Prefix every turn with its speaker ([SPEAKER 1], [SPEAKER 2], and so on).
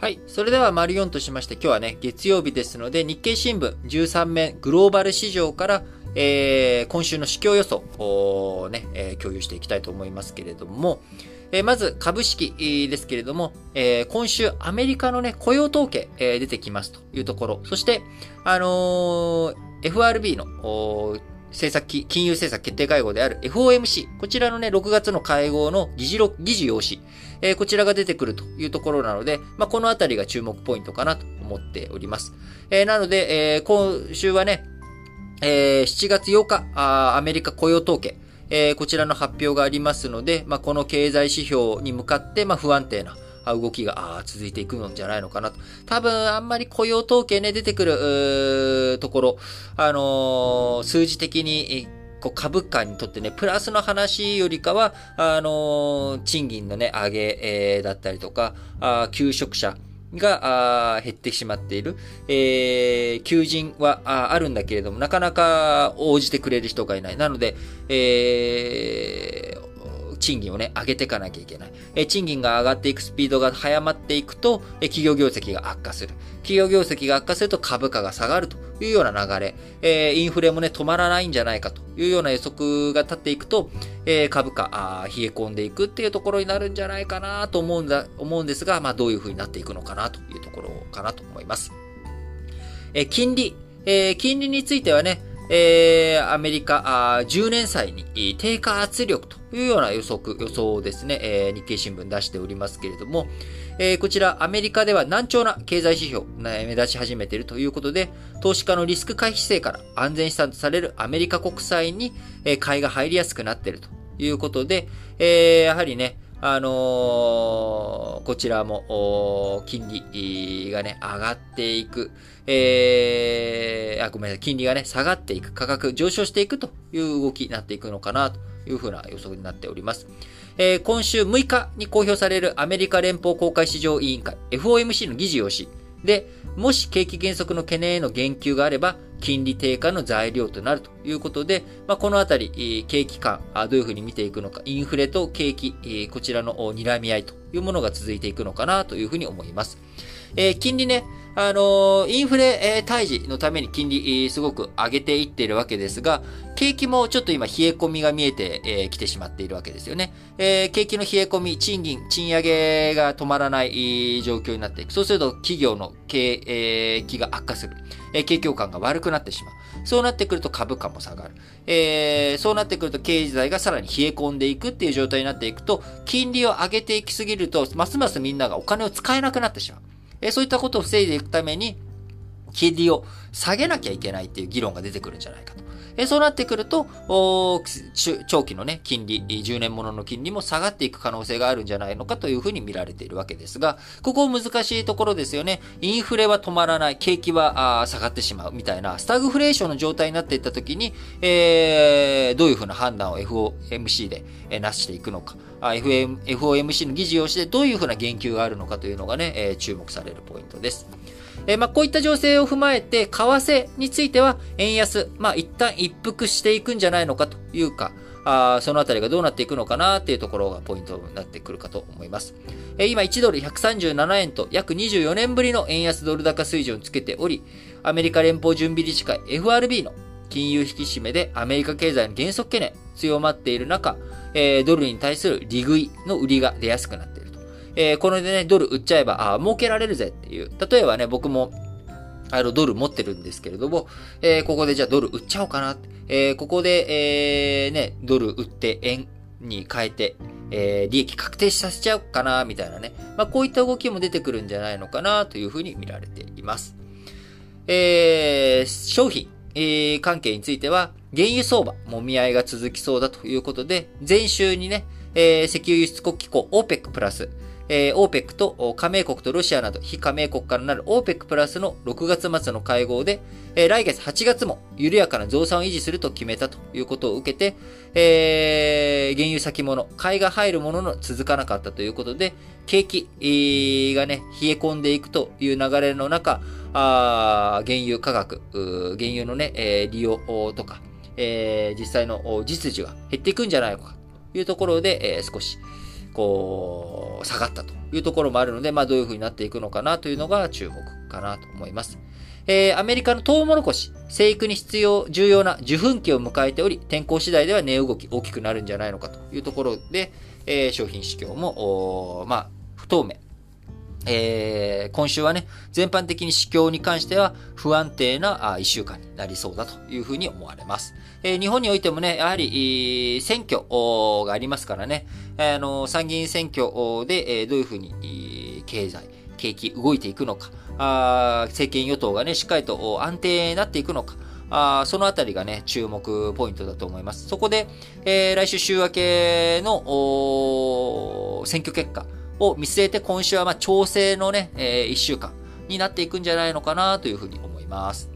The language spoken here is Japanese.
[SPEAKER 1] はい。それでは、丸4としまして、今日はね、月曜日ですので、日経新聞13面グローバル市場から、今週の市況予想をね、共有していきたいと思いますけれども、まず、株式ですけれども、今週、アメリカのね、雇用統計、出てきますというところ、そして、FRB の、金融政策決定会合である FOMC。こちらのね、6月の会合の議事要旨。こちらが出てくるというところなので、このあたりが注目ポイントかなと思っております。なので、今週はね、7月8日、アメリカ雇用統計。こちらの発表がありますので、この経済指標に向かって、不安定な動きが続いていくんじゃないのかなと。多分、あんまり雇用統計ね、出てくる、ところ、数字的に、株価にとってね、プラスの話よりかは、賃金のね、上げ、だったりとか、求職者が減ってしまっている。求人はあるんだけれども、なかなか応じてくれる人がいない。なので、賃金をね、上げていかなきゃいけない。賃金が上がっていくスピードが早まっていくと、企業業績が悪化する。企業業績が悪化すると株価が下がるというような流れ。インフレもね、止まらないんじゃないかというような予測が立っていくと、株価、冷え込んでいくっていうところになるんじゃないかなと思うんですが、どういう風になっていくのかなというところかなと思います。金利。金利についてはね、アメリカ10年債に低下圧力というような予想をですね、日経新聞出しておりますけれども、こちらアメリカでは難聴な経済指標、目立ち始めているということで、投資家のリスク回避姿勢から安全資産とされるアメリカ国債に買いが入りやすくなっているということで、やはりね、こちらも、金利がね、上がっていく。ごめんなさい。金利がね、下がっていく。価格上昇していくという動きになっていくのかなというふうな予測になっております。今週6日に公表されるアメリカ連邦公開市場委員会 FOMC の議事要旨で、もし景気減速の懸念への言及があれば、金利低下の材料となるということで、このあたり、景気感、どういうふうに見ていくのか、インフレと景気、こちらの睨み合いというものが続いていくのかなというふうに思います。金利ね、インフレ、退治のために金利、すごく上げていっているわけですが、景気もちょっと今冷え込みが見えてきてしまっているわけですよね。景気の冷え込み、賃上げが止まらない状況になっていく。そうすると企業の景気が悪化する。景況感が悪くなってしまう。そうなってくると株価も下がる。そうなってくると経済がさらに冷え込んでいくっていう状態になっていくと、金利を上げていきすぎると、ますますみんながお金を使えなくなってしまう。そういったことを防いでいくために、金利を下げなきゃいけないっていう議論が出てくるんじゃないかと。そうなってくると、長期のね、金利、10年ものの金利も下がっていく可能性があるんじゃないのかというふうに見られているわけですが、ここ難しいところですよね。インフレは止まらない、景気は下がってしまうみたいな、スタグフレーションの状態になっていったときに、どういうふうな判断を FOMC でなしていくのか、FOMC の議事要旨でどういうふうな言及があるのかというのがね、注目されるポイントです。こういった情勢を踏まえて、為替については円安、一旦一服していくんじゃないのかというか、そのあたりがどうなっていくのかなっていうところがポイントになってくるかと思います。今1ドル137円と約24年ぶりの円安ドル高水準をつけており、アメリカ連邦準備理事会 FRB の金融引き締めでアメリカ経済の減速懸念強まっている中、ドルに対する利食いの売りが出やすくなっている。これでね、ドル売っちゃえば、儲けられるぜっていう。例えばね、僕も、ドル持ってるんですけれども、ここでじゃあドル売っちゃおうかなって。ここで、ね、ドル売って円に変えて、利益確定させちゃおうかな、みたいなね。こういった動きも出てくるんじゃないのかな、というふうに見られています。商品、関係については、原油相場、もみ合いが続きそうだということで、前週にね、石油輸出国機構 OPEC プラス、OPEC と加盟国とロシアなど非加盟国からなる OPEC プラスの6月末の会合で、来月8月も緩やかな増産を維持すると決めたということを受けて、原油先物、買いが入るものの続かなかったということで、景気がね、冷え込んでいくという流れの中、原油価格、原油のね、利用とか、実際の実需が減っていくんじゃないのかというところで、少しこう、下がったというところもあるので、どういう風になっていくのかなというのが注目かなと思います。アメリカのトウモロコシ、生育に重要な受粉期を迎えており、天候次第では値動き大きくなるんじゃないのかというところで、商品市況も、不透明。今週はね、全般的に市況に関しては不安定な1週間になりそうだというふうに思われます。日本においてもね、やはり選挙がありますからね、参議院選挙でどういうふうに景気動いていくのか、政権与党がね、しっかりと安定になっていくのか、そのあたりがね、注目ポイントだと思います。そこで、来週週明けの選挙結果を見据えて今週は調整のね、1週間になっていくんじゃないのかなというふうに思います。